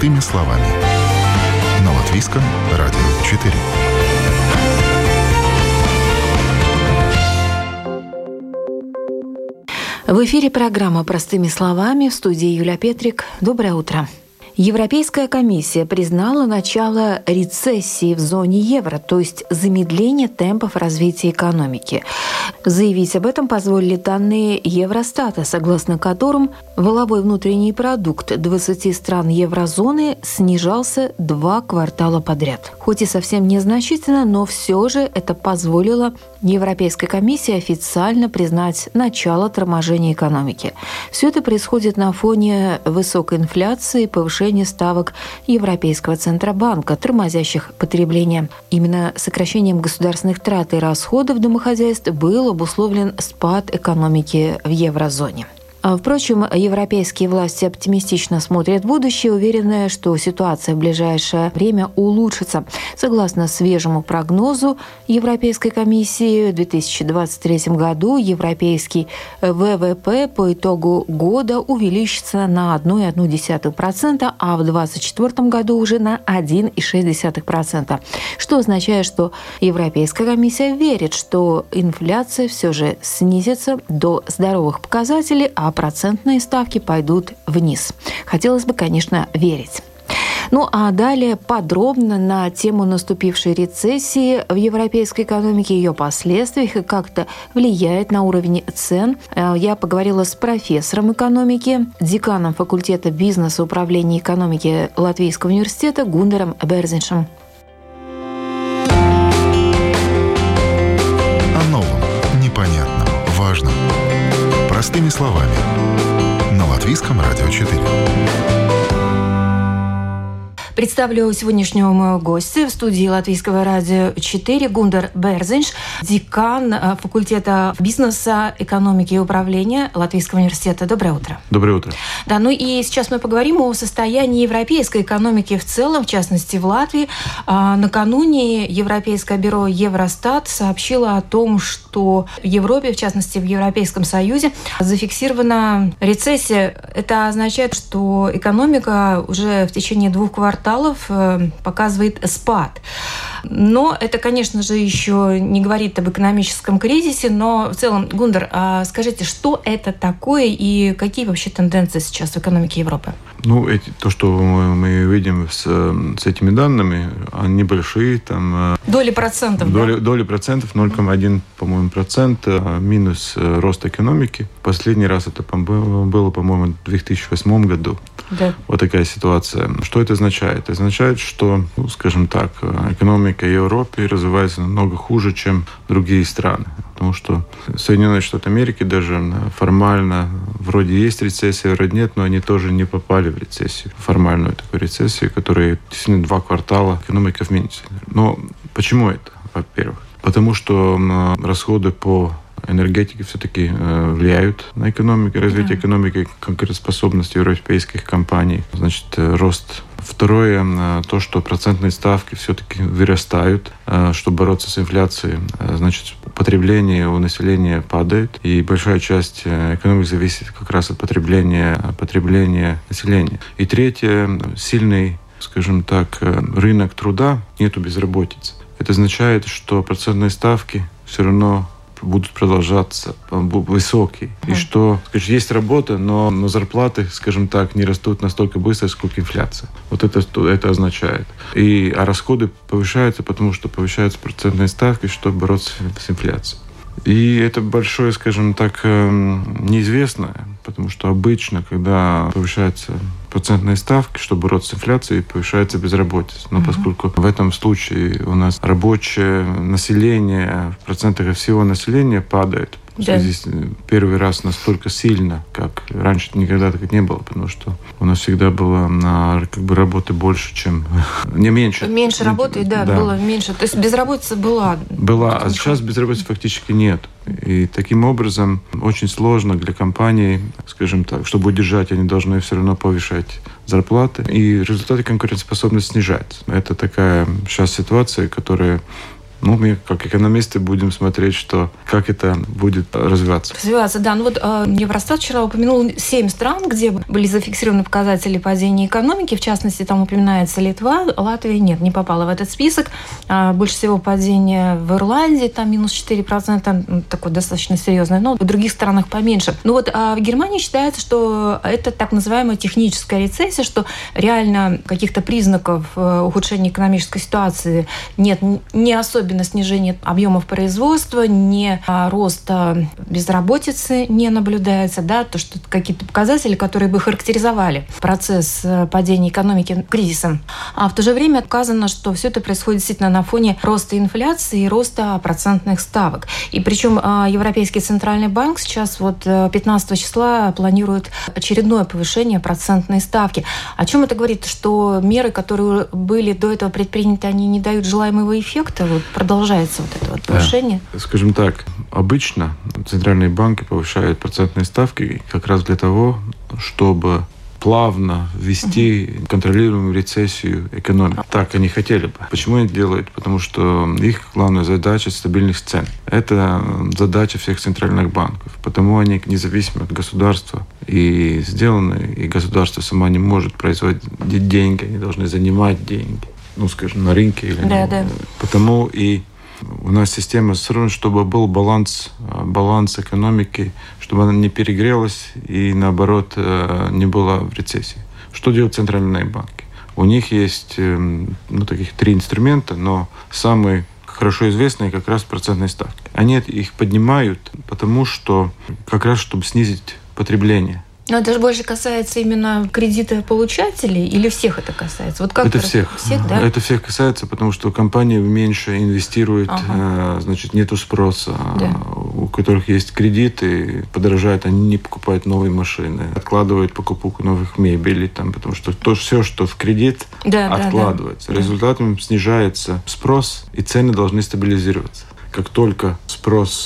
Простыми словами. На Латвийском радио 4. В эфире программа «Простыми словами», в студии Юлия Петрик. Доброе утро. Европейская комиссия признала начало рецессии в зоне евро, то есть замедление темпов развития экономики. Заявить об этом позволили данные Евростата, согласно которым валовой внутренний продукт 20 стран еврозоны снижался 2 квартала подряд. Хоть и совсем незначительно, но все же это позволило Европейской комиссии официально признать начало торможения экономики. Все это происходит на фоне высокой инфляции и повышения ставок Европейского Центробанка, тормозящих потребление. Именно сокращением государственных трат и расходов домохозяйств был обусловлен спад экономики в еврозоне. Впрочем, европейские власти оптимистично смотрят в будущее, уверенные, что ситуация в ближайшее время улучшится. Согласно свежему прогнозу Европейской комиссии, в 2023 году европейский ВВП по итогу года увеличится на 1,1%, а в 2024 году уже на 1,6%. Что означает, что Европейская комиссия верит, что инфляция все же снизится до здоровых показателей, а процентные ставки пойдут вниз. Хотелось бы, конечно, верить. Ну а далее подробно на тему наступившей рецессии в европейской экономике, ее последствиях и как это влияет на уровень цен. Я поговорила с профессором экономики, деканом факультета бизнеса, управления и экономики Латвийского университета Гундаром Берзиншем. О новом, непонятном, важном. Простыми словами. На Латвийском радио 4. Представлю сегодняшнего моего гостя в студии Латвийского радио 4 Гундар Берзинш, декан факультета бизнеса, экономики и управления Латвийского университета. Доброе утро. Доброе утро. Да, ну и сейчас мы поговорим о состоянии европейской экономики в целом, в частности в Латвии. Накануне Европейское бюро Евростат сообщило о том, что в Европе, в частности в Европейском Союзе, зафиксирована рецессия. Это означает, что экономика уже в течение 2 кварталов показывает спад. Но это, конечно же, еще не говорит об экономическом кризисе, но в целом, Гундар, скажите, что это такое и какие вообще тенденции сейчас в экономике Европы? То, что мы видим с этими данными, они небольшие. Там, доли процентов, доли процентов, 0,1, по-моему, процент минус рост экономики. Последний раз это было, по-моему, в 2008 году. Да. Вот такая ситуация. Что это означает? Это означает, что, скажем так, экономика Европы развивается намного хуже, чем другие страны. Потому что Соединенные Штаты Америки даже формально вроде есть рецессия, вроде нет, но они тоже не попали в рецессию. Формальную такую рецессию, которая действительно 2 квартала экономика в минусе. Но почему это, во-первых? Потому что расходы по энергетики все-таки влияют на экономику, развитие экономики, конкурентоспособность европейских компаний, значит, рост. Второе, то, что процентные ставки все-таки вырастают, чтобы бороться с инфляцией. Значит, потребление у населения падает, и большая часть экономики зависит как раз от потребления населения. И третье, сильный, скажем так, рынок труда, нету безработицы. Это означает, что процентные ставки все равно будут продолжаться высокие. И что, скажем, есть работа, но зарплаты, скажем так, не растут настолько быстро, сколько инфляция. Вот это означает. А расходы повышаются, потому что повышаются процентные ставки, чтобы бороться с инфляцией. И это большое, скажем так, неизвестное, потому что обычно, когда повышаются процентные ставки, чтобы бороться с инфляцией, повышается безработица. Но поскольку в этом случае у нас рабочее население в процентах всего населения падает, здесь первый раз настолько сильно, как раньше никогда так не было, потому что у нас всегда было работы больше, чем... Меньше работы, да, было меньше. То есть безработица была. А сейчас безработицы фактически нет. И таким образом очень сложно для компаний, скажем так, чтобы удержать, они должны все равно повышать зарплаты, и результаты конкурентоспособности снижаются. Это такая сейчас ситуация, которая Мы, как экономисты, будем смотреть, как это будет развиваться. Да. Евростат вчера упомянул 7 стран, где были зафиксированы показатели падения экономики. В частности, там упоминается Литва. Латвия не попала в этот список. Больше всего падение в Ирландии, там минус 4%, такое достаточно серьезное, но в других странах поменьше. В Германии считается, что это так называемая техническая рецессия, что реально каких-то признаков ухудшения экономической ситуации нет, не особенно снижения объемов производства, не роста безработицы не наблюдается, то, что какие-то показатели, которые бы характеризовали процесс падения экономики кризисом. А в то же время указано, что все это происходит действительно на фоне роста инфляции и роста процентных ставок. И причем Европейский центральный банк сейчас 15 числа планирует очередное повышение процентной ставки. О чем это говорит? Что меры, которые были до этого предприняты, они не дают желаемого эффекта? Продолжается это повышение? Скажем так, обычно центральные банки повышают процентные ставки как раз для того, чтобы плавно ввести контролируемую рецессию экономики. Так они хотели бы. Почему они делают? Потому что их главная задача – стабильность цен. Это задача всех центральных банков. Потому они независимы от государства и сделаны, и государство само не может производить деньги, они должны занимать деньги. На рынке. Потому и у нас система строена, чтобы был баланс экономики, чтобы она не перегрелась и, наоборот, не была в рецессии. Что делают центральные банки? У них есть таких 3 инструмента, но самые хорошо известные как раз процентные ставки. Они их поднимают, потому что как раз чтобы снизить потребление. Но это же больше касается именно кредитополучателей или всех это касается? Это всех. Да? Это всех касается, потому что компании меньше инвестируют, нету спроса. Да. У которых есть кредиты, подорожают, они не покупают новые машины, откладывают покупку новых мебелей, потому что все, что в кредит, откладывается. Результатом снижается спрос, и цены должны стабилизироваться. Как только спрос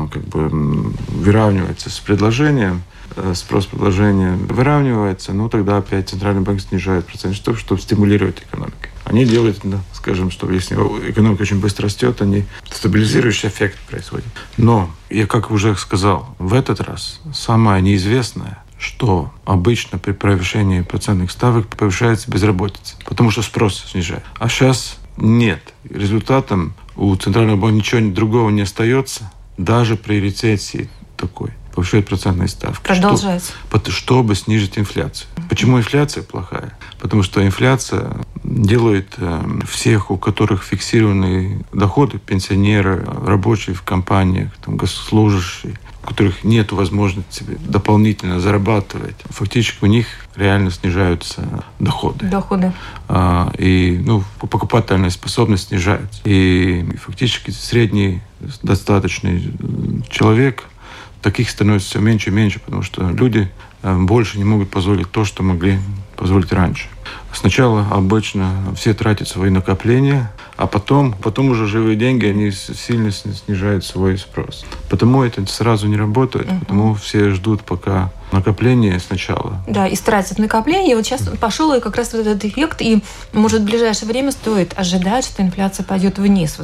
выравнивается с предложением, спрос-предложение выравнивается, тогда опять Центральный банк снижает процент, чтобы стимулировать экономику. Они делают, что если экономика очень быстро растет, они стабилизирующий эффект происходит. Но, я как уже сказал, в этот раз самое неизвестное, что обычно при повышении процентных ставок повышается безработица, потому что спрос снижает. А сейчас нет. Результатом у Центрального банка ничего другого не остается, даже при рецессии такой. Повышают процентные ставки. Продолжается. Чтобы снизить инфляцию. Почему инфляция плохая? Потому что инфляция делает всех, у которых фиксированные доходы, пенсионеры, рабочие в компаниях, госслужащие, у которых нет возможности дополнительно зарабатывать, фактически у них реально снижаются доходы. И покупательная способность снижается. И фактически средний достаточный человек, таких становится все меньше и меньше, потому что люди больше не могут позволить то, что могли позволить раньше. Сначала обычно все тратят свои накопления, а потом уже живые деньги, они сильно снижают свой спрос. Потому это сразу не работает, потому все ждут, пока накопление сначала. Да, и тратят накопление. И вот сейчас пошел и как раз этот эффект, и, может, в ближайшее время стоит ожидать, что инфляция пойдет вниз.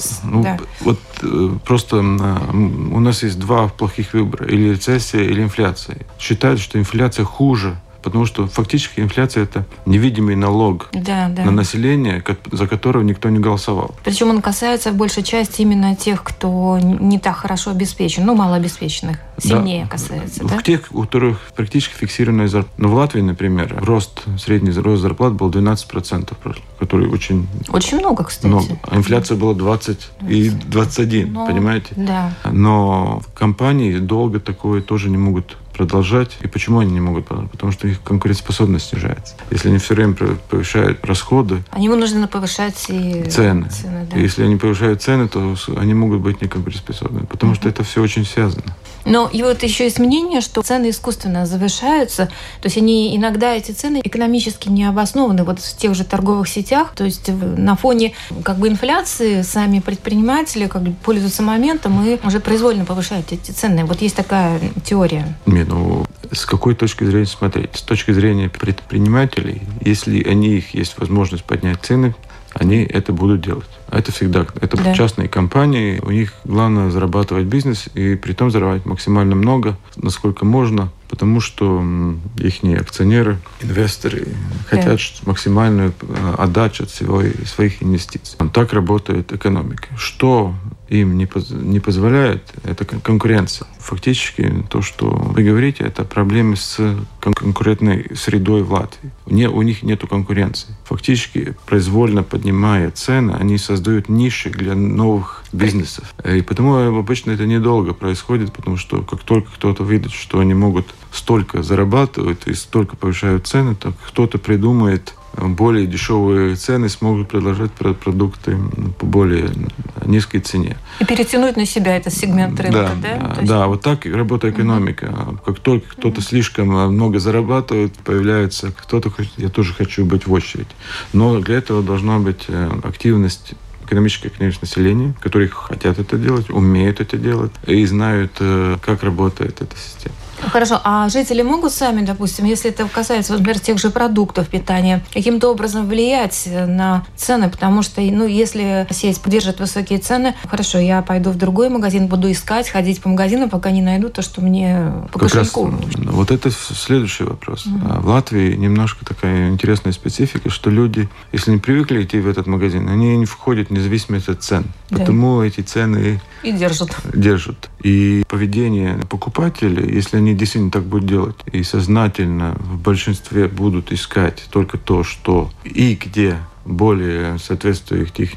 Просто у нас есть 2 плохих выбора. Или рецессия, или инфляция. Считают, что инфляция хуже, потому что фактически инфляция – это невидимый налог на население, за которого никто не голосовал. Причем он касается в большей части именно тех, кто не так хорошо обеспечен, малообеспеченных. Сильнее касается, да? Тех, у которых практически фиксированная зарплата. В Латвии, например, средний рост зарплат был 12%, который очень много, кстати. Много. А инфляция была 20 и 21, понимаете? Да. Но компании долго такое тоже не могут продолжать. И почему они не могут продолжать? Потому что их конкурентоспособность снижается. Если они все время повышают расходы, они вынуждены повышать и цены. Да. Если они повышают цены, то они могут быть неконкурентоспособными, потому что это все очень связано. Но и еще есть мнение, что цены искусственно завышаются. То есть иногда эти цены экономически не обоснованы в тех же торговых сетях. То есть на фоне инфляции сами предприниматели пользуются моментом и уже произвольно повышают эти цены. Есть такая теория. С какой точки зрения смотреть? С точки зрения предпринимателей, если есть возможность поднять цены, они это будут делать. Это всегда. Это частные компании, у них главное зарабатывать бизнес, и при том зарабатывать максимально много, насколько можно, потому что их акционеры, инвесторы хотят максимальную отдачу от своих инвестиций. Так работает экономика. Что им не позволяет, это конкуренция. Фактически то, что вы говорите, это проблемы с конкурентной средой в Латвии. У них нет конкуренции. Фактически, произвольно поднимая цены, они создают ниши для новых бизнесов. И потому обычно это недолго происходит, потому что как только кто-то видит, что они могут столько зарабатывать и столько повышают цены, то кто-то придумает более дешевые цены, смогут предложить продукты по более низкой цене. И перетянуть на себя этот сегмент рынка, да? Да, вот так и работает экономика. Как только кто-то слишком много зарабатывает, появляется кто-то, я тоже хочу быть в очереди. Но для этого должна быть активность экономическое, конечно, население, которые хотят это делать, умеют это делать и знают, как работает эта система. Хорошо, а жители могут сами, допустим, если это касается, например, тех же продуктов питания, каким-то образом влиять на цены? Потому что, если сеть держит высокие цены, хорошо, я пойду в другой магазин, буду искать, ходить по магазинам, пока не найду то, что мне по кошельку нужно. Вот это следующий вопрос. В Латвии немножко такая интересная специфика, что люди, если не привыкли идти в этот магазин, они не входят независимо от цен. Потому эти цены и держат. И поведение покупателей, если они действительно так будут делать, и сознательно в большинстве будут искать только то, что и где более соответствует их,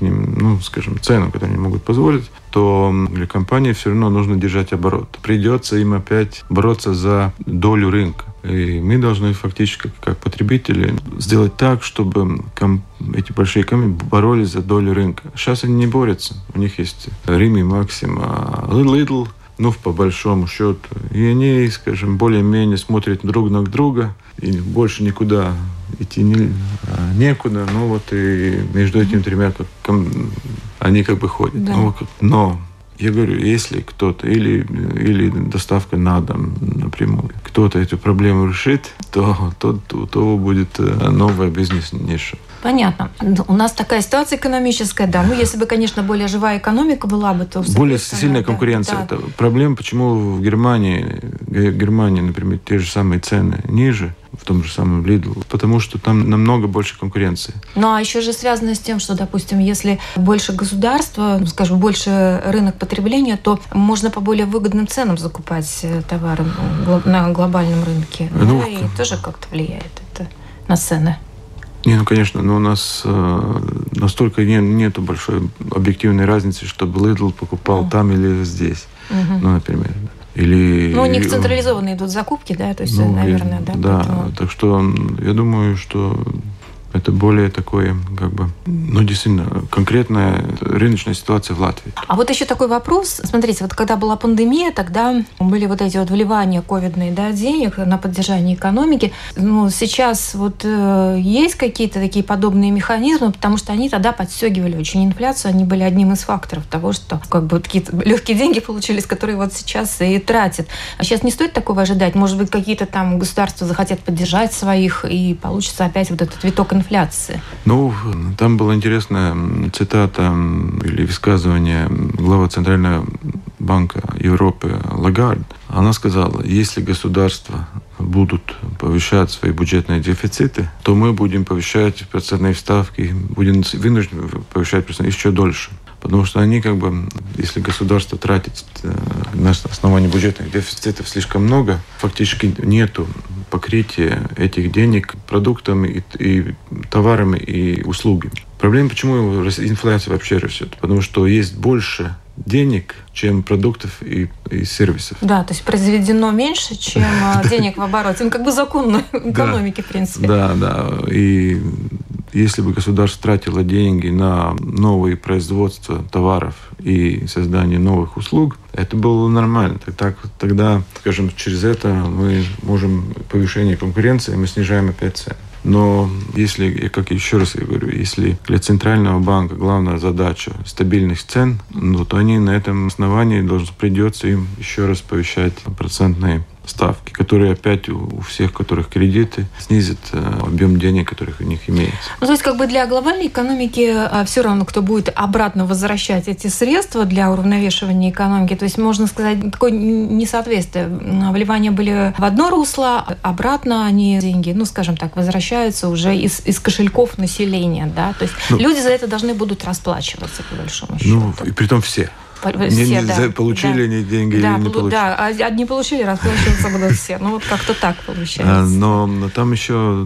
ценам, которые они могут позволить, то для компании все равно нужно держать оборот. Придется им опять бороться за долю рынка. И мы должны фактически, как потребители, сделать так, чтобы эти большие компании боролись за долю рынка. Сейчас они не борются. У них есть Rimi, Maxima, Lidl, по большому счету. И они, более-менее смотрят друг на друга, и больше никуда идти некуда. И между этими тремя они ходят. Да. Но я говорю, если кто-то или доставка на дом напрямую, кто-то эту проблему решит, то будет новая бизнес-ниша. Понятно. У нас такая ситуация экономическая, да. Если бы, конечно, более живая экономика была бы, то... Более сильная конкуренция. Да. Это проблема, почему в Германии, например, те же самые цены ниже, в том же самом Lidl, потому что там намного больше конкуренции. А еще же связано с тем, что, допустим, если больше государства, больше рынок потребления, то можно по более выгодным ценам закупать товары на глобальном рынке. И тоже как-то влияет это на цены. Конечно, но у нас настолько нету большой объективной разницы, чтобы Lidl покупал там или здесь, например. У них централизованно идут закупки, да, то есть, наверное, да. Да, поэтому... так что я думаю, что это более такое, действительно, конкретная рыночная ситуация в Латвии. А вот еще такой вопрос. Смотрите, когда была пандемия, тогда были эти вливания ковидные, денег на поддержание экономики. Сейчас есть какие-то такие подобные механизмы, потому что они тогда подстегивали очень инфляцию, они были одним из факторов того, что какие-то легкие деньги получились, которые сейчас и тратят. А сейчас не стоит такого ожидать? Может быть, какие-то там государства захотят поддержать своих, и получится опять этот виток инфляции? Там была интересная цитата или высказывание главы Центрального банка Европы Лагард. Она сказала, если государства будут повышать свои бюджетные дефициты, то мы будем повышать процентные ставки, будем вынуждены повышать еще дольше. Потому что они если государство тратит на основании бюджетных дефицитов слишком много, фактически нету покрытия этих денег продуктами и товарами и услугами. Проблема, почему инфляция вообще растет? Потому что есть больше денег, чем продуктов и сервисов. Да, то есть произведено меньше, чем денег в обороте. Закон экономики, в принципе. Да. И если бы государство тратило деньги на новые производства товаров и создание новых услуг, это было нормально. Тогда, через это мы можем повышение конкуренции, мы снижаем опять цены. Но если, как еще раз я говорю, если для Центрального банка главная задача стабильных цен, то они на этом основании придется им еще раз повышать процентные ставки, которые опять у всех, у которых кредиты, снизят объем денег, которых у них имеется. То есть для глобальной экономики все равно, кто будет обратно возвращать эти средства для уравновешивания экономики. То есть можно сказать, такое несоответствие. Вливания были в одно русло, обратно они деньги, скажем так, возвращаются уже из кошельков населения. Да? То есть люди за это должны будут расплачиваться, по большому счету. И притом все. Получили они деньги или не получили. Да, одни получили, расплачиваться будут все. Как-то так получается. Но там еще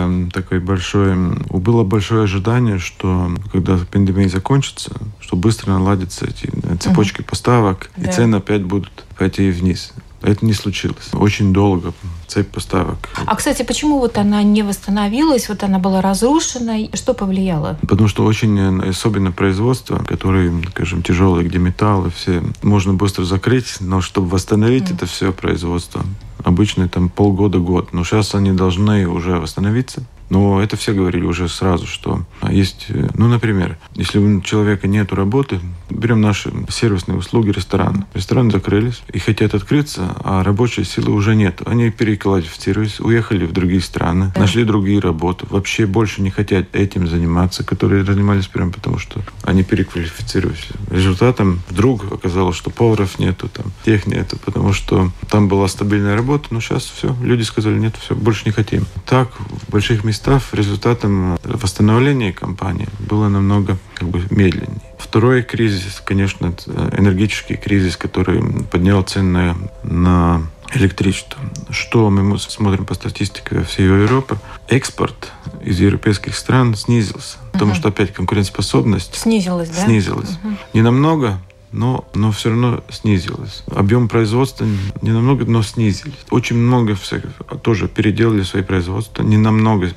было большое ожидание, что когда пандемия закончится, что быстро наладятся эти цепочки поставок, и цены опять будут пойти вниз. Это не случилось. Очень долго цепь поставок. А, кстати, почему она не восстановилась, она была разрушена? Что повлияло? Потому что очень, особенно производство, которые, скажем, тяжелые, где металлы, все можно быстро закрыть, но чтобы восстановить это все производство, обычно там полгода-год. Но сейчас они должны уже восстановиться. Но это все говорили уже сразу, что есть, например, если у человека нет работы, берем наши сервисные услуги ресторана. Рестораны закрылись и хотят открыться, а рабочей силы уже нет. Они переквалифицировались, уехали в другие страны, нашли другие работы. Вообще больше не хотят этим заниматься, которые занимались прямо потому, что они переквалифицировались. Результатом вдруг оказалось, что поваров нету, тех нету, потому что там была стабильная работа. Но сейчас все, люди сказали, нет, все, больше не хотим. Так, в больших местах результатом восстановления компании было намного медленнее. Второй кризис, конечно, энергетический кризис, который поднял цены на электричество. Что мы смотрим по статистике всей Европы? Экспорт из европейских стран снизился. Потому что опять конкурентоспособность снизилась, да? Снизилась. Не намного, но все равно снизилось. Объем производства не намного, но снизились. Очень много всяких тоже переделали свои производства, не намного,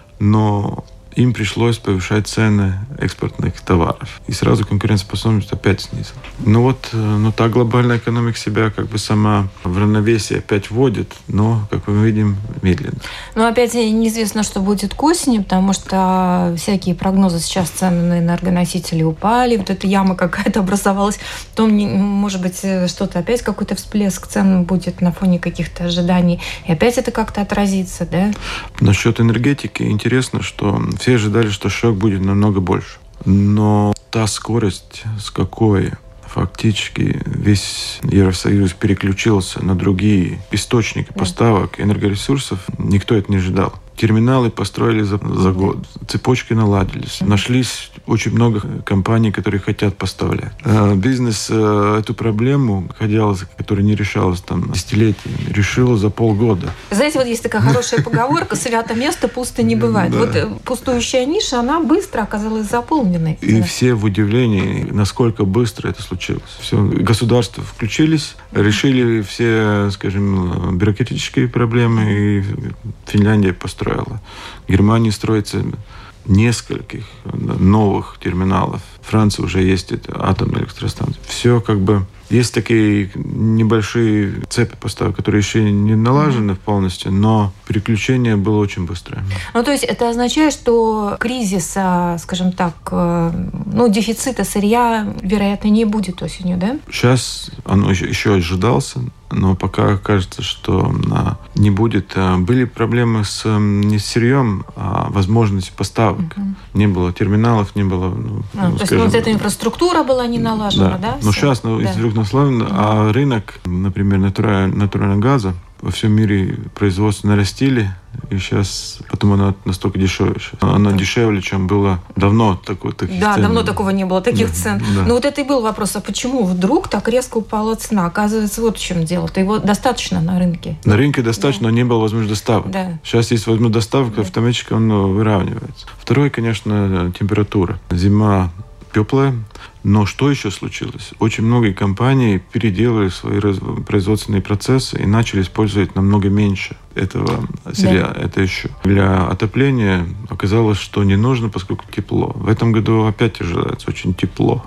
но им пришлось повышать цены экспортных товаров. И сразу конкурентоспособность опять снизилась. Но та глобальная экономика себя сама в равновесие опять вводит, но, как мы видим, медленно. Опять неизвестно, что будет к осени, потому что всякие прогнозы сейчас цены на энергоносители упали, эта яма какая-то образовалась, потом, может быть, что-то опять какой-то всплеск цен будет на фоне каких-то ожиданий, и опять это как-то отразится, да? Насчет энергетики интересно, что все ожидали, что шок будет намного больше. Но та скорость, с какой фактически весь Евросоюз переключился на другие источники поставок энергоресурсов, никто это не ожидал. Терминалы построили за год, цепочки наладились. Нашлись очень много компаний, которые хотят поставлять. Бизнес эту проблему, которая не решалась десятилетиями, решила за полгода. Знаете, есть такая хорошая поговорка: «Свято место пусто не бывает». Да. Пустующая ниша, она быстро оказалась заполненной. И все в удивлении, насколько быстро это случилось. Все, государства включились, решили все, скажем, бюрократические проблемы, и Финляндия построила. Германия строится нескольких новых терминалов. В Франции уже есть атомные электростанции. Все есть такие небольшие цепи поставок, которые еще не налажены полностью, но переключение было очень быстрое. То есть это означает, что кризиса, скажем так, дефицита сырья, вероятно, не будет осенью, да? Сейчас оно еще ожидался, но пока кажется, что не будет. Были проблемы не с сырьем, а возможностью поставок. Не было терминалов, не было... то есть эта инфраструктура была не налажена, да? Но сейчас а рынок, например, натурального газа во всем мире производство нарастили, и сейчас потом оно настолько дешевле. Оно дешевле, чем было давно. Таких цен. Давно такого не было, таких цен. Да. Но это и был вопрос, а почему вдруг так резко упала цена? Оказывается, вот в чем дело-то. Его достаточно на рынке. На рынке достаточно, но не было возможности доставок. Да. Сейчас есть возможность доставок, автоматически он выравнивается. Второе, конечно, температура. Зима теплая. Но что еще случилось? Очень многие компании переделали свои производственные процессы и начали использовать намного меньше этого сырья. Да. Это еще для отопления оказалось, что не нужно, поскольку тепло. В этом году опять ожидается очень тепло.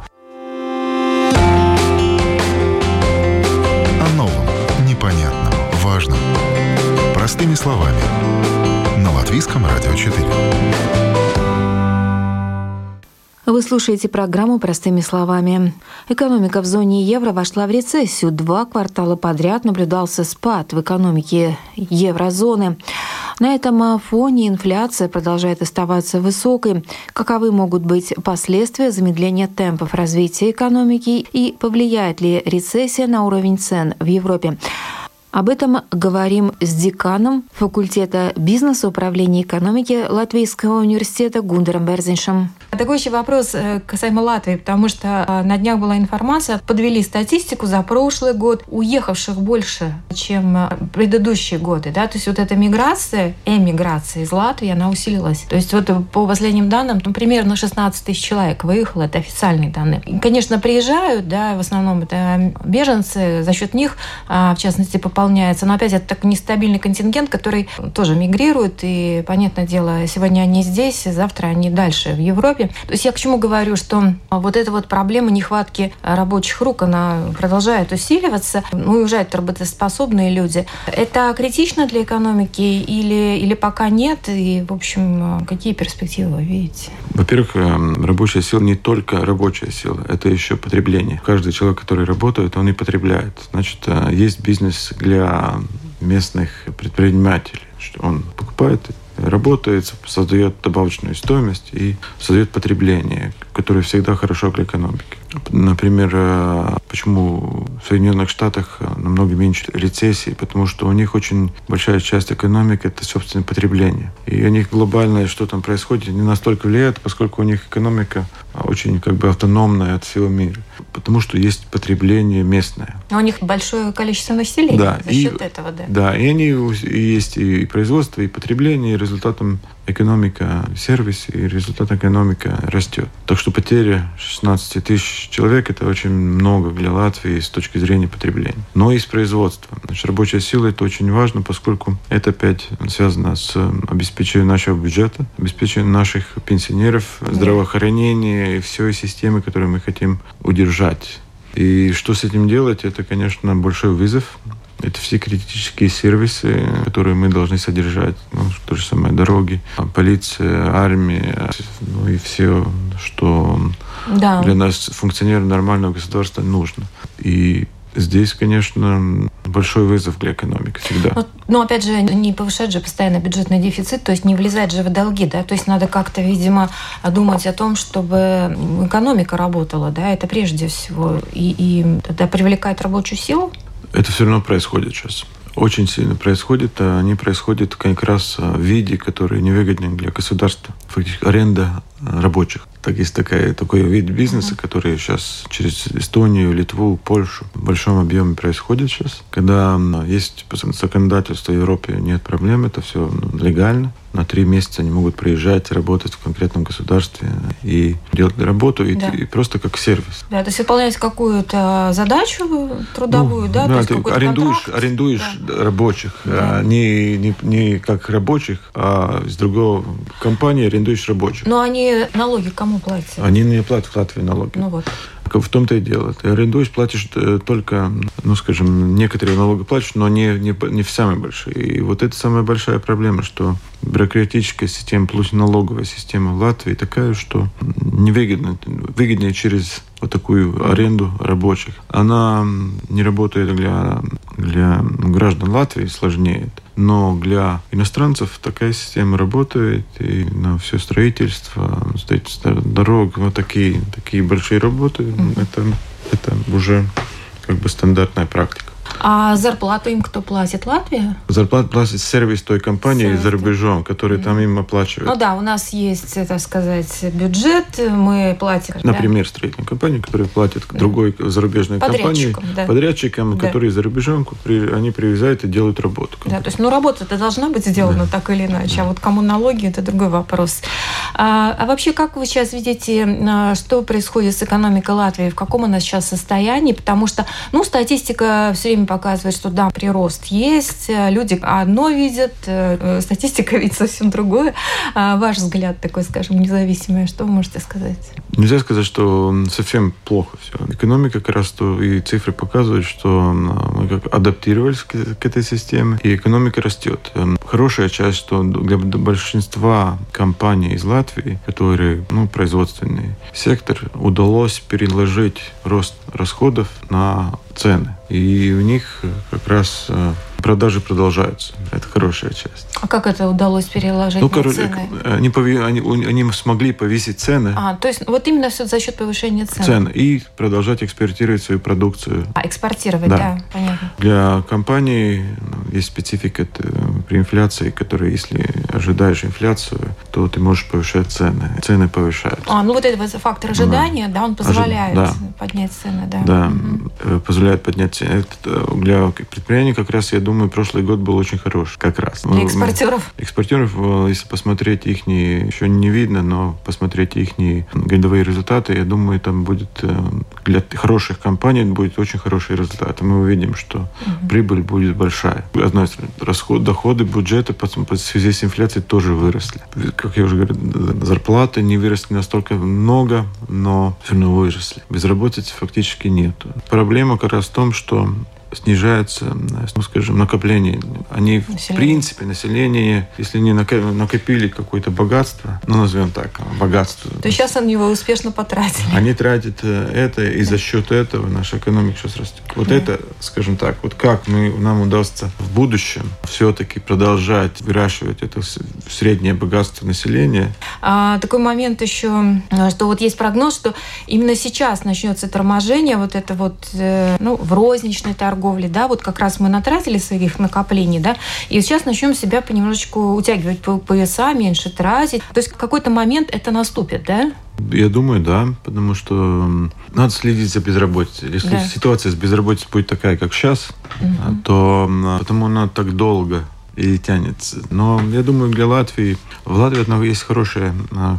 О новом, непонятном, важном. Простыми словами. На Латвийском радио 4. Вы слушаете программу «Простыми словами». Экономика в зоне евро вошла в рецессию. 2 квартала подряд наблюдался спад в экономике еврозоны. На этом фоне инфляция продолжает оставаться высокой. Каковы могут быть последствия замедления темпов развития экономики и повлияет ли рецессия на уровень цен в Европе? Об этом говорим с деканом факультета бизнеса, управления и экономики Латвийского университета Гундером Берзиншем. Такой еще вопрос касаемо Латвии, потому что на днях была информация, подвели статистику за прошлый год, уехавших больше, чем предыдущие годы. Да? То есть вот эта эмиграция из Латвии, она усилилась. То есть вот по последним данным, примерно 16 тысяч человек выехало, это официальные данные. И, конечно, приезжают, да, в основном это беженцы, за счет них, в частности, пополняется. Но опять это такой нестабильный контингент, который тоже мигрирует. И, понятное дело, сегодня они здесь, завтра они дальше в Европе. То есть я к чему говорю, что вот эта вот проблема нехватки рабочих рук, она продолжает усиливаться. Уезжают работоспособные люди. Это критично для экономики или пока нет? И, в общем, какие перспективы вы видите? Во-первых, рабочая сила не только рабочая сила, это еще потребление. Каждый человек, который работает, он и потребляет. Значит, есть бизнес для местных предпринимателей. Он покупает, работает, создает добавочную стоимость и создает потребление, которое всегда хорошо для экономики. Например, почему в Соединенных Штатах намного меньше рецессий? Потому что у них очень большая часть экономики – это собственное потребление. И у них глобальное, что там происходит, не настолько влияет, поскольку у них экономика очень автономная от всего мира. Потому что есть потребление местное. Но у них большое количество населения за счет этого, да? Да, и они есть и производство, и потребление, и результатом экономика, сервис, и результат экономика растет. Так что потеря 16 тысяч человек – это очень много для Латвии с точки зрения потребления. Но и с производством. Значит, рабочая сила – это очень важно, поскольку это опять связано с обеспечением нашего бюджета, обеспечением наших пенсионеров, здравоохранения и всей системы, которую мы хотим удержать. И что с этим делать, это, конечно, большой вызов. Это все критические сервисы, которые мы должны содержать. То же самое дороги, полиция, армия, и все, что для нас, функционеров нормального государства, нужно. И здесь, конечно, большой вызов для экономики всегда. Но опять же, не повышать же постоянно бюджетный дефицит, то есть не влезать же в долги, да, то есть надо как-то, видимо, думать о том, чтобы экономика работала, да, это прежде всего, и тогда привлекать рабочую силу. Это все равно происходит сейчас. Очень сильно происходит. Они происходят как раз в виде, который невыгоден для государства. Фактически аренда рабочих. Так есть такой вид бизнеса, который сейчас через Эстонию, Литву, Польшу в большом объеме происходит сейчас. Когда есть законодательство в Европе, нет проблем, это все легально. На 3 месяца они могут приезжать, работать в конкретном государстве и делать работу, и просто как сервис. Да, то есть выполнять какую-то задачу трудовую, да? Да, то есть ты арендуешь рабочих, не как рабочих, а из другого компании арендуешь рабочих. Но они налоги кому платят? Они не платят в Латвии налоги. Ну вот. В том-то и дело. Ты арендуешь, платишь только, некоторые налоги платишь, но не в самые большие. И вот это самая большая проблема, что бюрократическая система плюс налоговая система в Латвии такая, что невыгодно. Выгоднее через вот такую аренду рабочих. Она не работает для граждан Латвии, сложнее. Но для иностранцев такая система работает, и на все строительство дорог, вот такие большие работы, это уже стандартная практика. А зарплату им кто платит? Латвия? Зарплату платит сервис той компании за рубежом, который там им оплачивает. Ну да, у нас есть, так сказать, бюджет, мы платим. Например, строительная компания, которая платит другой зарубежной компании, подрядчикам, которые за рубежом, они приезжают и делают работу. Да, то есть, работа-то должна быть сделана так или иначе, а вот кому налоги, это другой вопрос. А вообще, как вы сейчас видите, что происходит с экономикой Латвии, в каком она сейчас состоянии? Потому что, статистика все время время показывает, что да, прирост есть, люди одно видят, статистика видит совсем другое. Ваш взгляд такой, скажем, независимый, что вы можете сказать? Нельзя сказать, что совсем плохо все. Экономика как раз то и цифры показывают, что мы как адаптировались к этой системе, и экономика растет. Хорошая часть, что для большинства компаний из Латвии, которые, производственный сектор, удалось переложить рост расходов на цены. И у них как раз продажи продолжаются. Это хорошая часть. А как это удалось переложить на цены? Они смогли повысить цены. То есть вот именно все за счет повышения цен. И продолжать экспортировать свою продукцию. Экспортировать, да, понятно. Для компаний есть специфика при инфляции, которая, если ожидаешь инфляцию, то ты можешь повышать цены. Цены повышаются. Вот этот фактор ожидания, да, он позволяет поднять цены, да. Да, позволяет поднять цены. Для предприятий как раз, я думаю, прошлый год был очень хороший. Как раз. Для экспортеров? Экспортеров, если посмотреть их, еще не видно, но посмотреть их годовые результаты, я думаю, там будет для хороших компаний будет очень хороший результат. Мы увидим, что прибыль будет большая. С одной стороны, доходы бюджета в связи с инфляцией тоже выросли. Как я уже говорил, зарплаты не выросли настолько много, но все равно выросли. Безработицы фактически нет. Проблема как раз в том, что снижается, накопление. Они, в принципе, население, если не накопили какое-то богатство, назовем так, богатство. То сейчас они его успешно потратили. Они тратят это, и за счет этого наша экономика сейчас растет. Это, скажем так, как нам удастся в будущем все-таки продолжать выращивать это среднее богатство населения. Такой момент еще, что есть прогноз, что именно сейчас начнется торможение в розничной торговле, как раз мы натратили своих накоплений, и сейчас начнем себя понемножечку утягивать пояса, меньше тратить. То есть в какой-то момент это наступит, да? Я думаю, да, потому что надо следить за безработицей. Если ситуация с безработицей будет такая, как сейчас, то потому она так долго и тянется. Но я думаю, для Латвии, в Латвии есть хорошая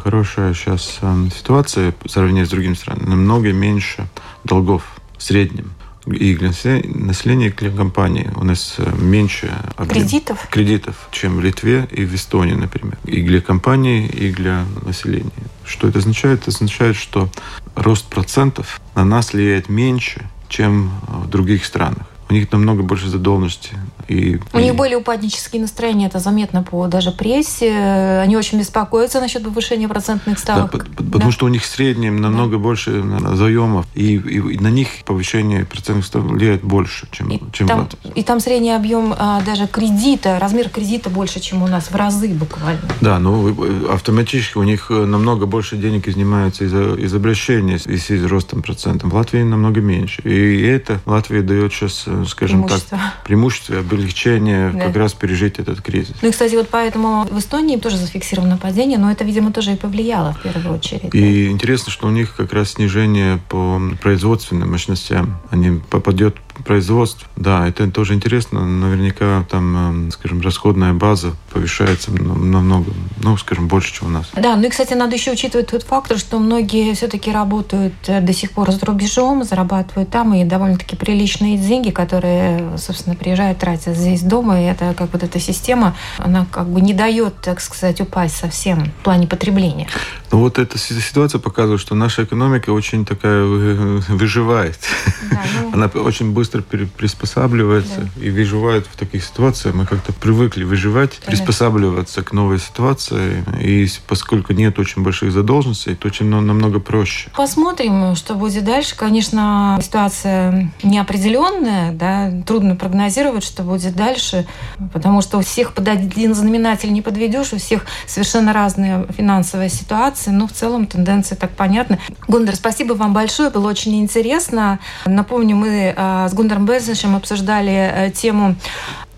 сейчас ситуация по сравнению с другими странами. Намного меньше долгов в среднем. И для населения, для компании у нас меньше кредитов, чем в Литве и в Эстонии, например. И для компании, и для населения. Что это означает? Это означает, что рост процентов на нас влияет меньше, чем в других странах. У них намного больше задолженности. У них более упаднические настроения, это заметно по даже прессе. Они очень беспокоятся насчет повышения процентных ставок. Потому что у них в среднем намного больше заемов, и на них повышение процентных ставок влияет больше, чем в Латвии. И там средний объем даже кредита, размер кредита больше, чем у нас, в разы буквально. Да, автоматически у них намного больше денег изнимаются из обращения, из ростом процентов. В Латвии намного меньше. И это Латвия дает сейчас, скажем так, преимущество, облегчение как раз пережить этот кризис. И, кстати, поэтому в Эстонии тоже зафиксировано падение, но это, видимо, тоже и повлияло в первую очередь. И интересно, что у них как раз снижение по производственным мощностям. Они попадет производство. Да, это тоже интересно. Наверняка там, скажем, расходная база повышается намного, больше, чем у нас. Да, и, кстати, надо еще учитывать тот фактор, что многие все-таки работают до сих пор за рубежом, зарабатывают там, и довольно-таки приличные деньги, которые, собственно, приезжают, тратят здесь дома, и это эта система, она не дает, так сказать, упасть совсем в плане потребления. Эта ситуация показывает, что наша экономика очень такая выживает. Да, она очень быстро приспосабливается и выживает в таких ситуациях. Мы как-то привыкли выживать, приспосабливаться к новой ситуации. И поскольку нет очень больших задолженностей, то очень намного проще. Посмотрим, что будет дальше. Конечно, ситуация неопределенная, трудно прогнозировать, что будет дальше, потому что у всех под один знаменатель не подведешь, у всех совершенно разная финансовая ситуация, но в целом тенденции так понятны. Гундар, спасибо вам большое, было очень интересно. Напомню, мы с Гундаром Берзиншем обсуждали тему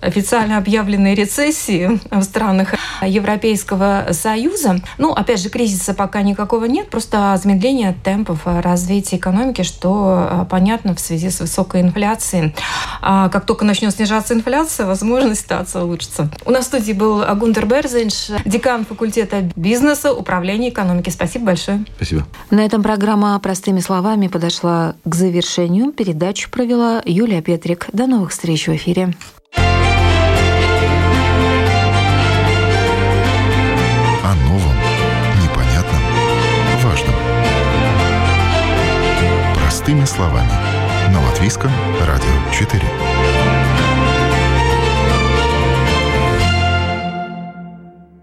официально объявленной рецессии в странах Европейского Союза. Опять же, кризиса пока никакого нет, просто замедление темпов развития экономики, что понятно в связи с высокой инфляцией. Как только начнет снижаться инфляция, возможно, ситуация улучшится. У нас в студии был Гунтер Берзинш, декан факультета бизнеса, управления экономики. Спасибо большое. Спасибо. На этом программа «Простыми словами» подошла к завершению. Передачу провела Юлия Петрик. До новых встреч в эфире. О новом, непонятном, важном. Простыми словами. На Латвийском радио 4.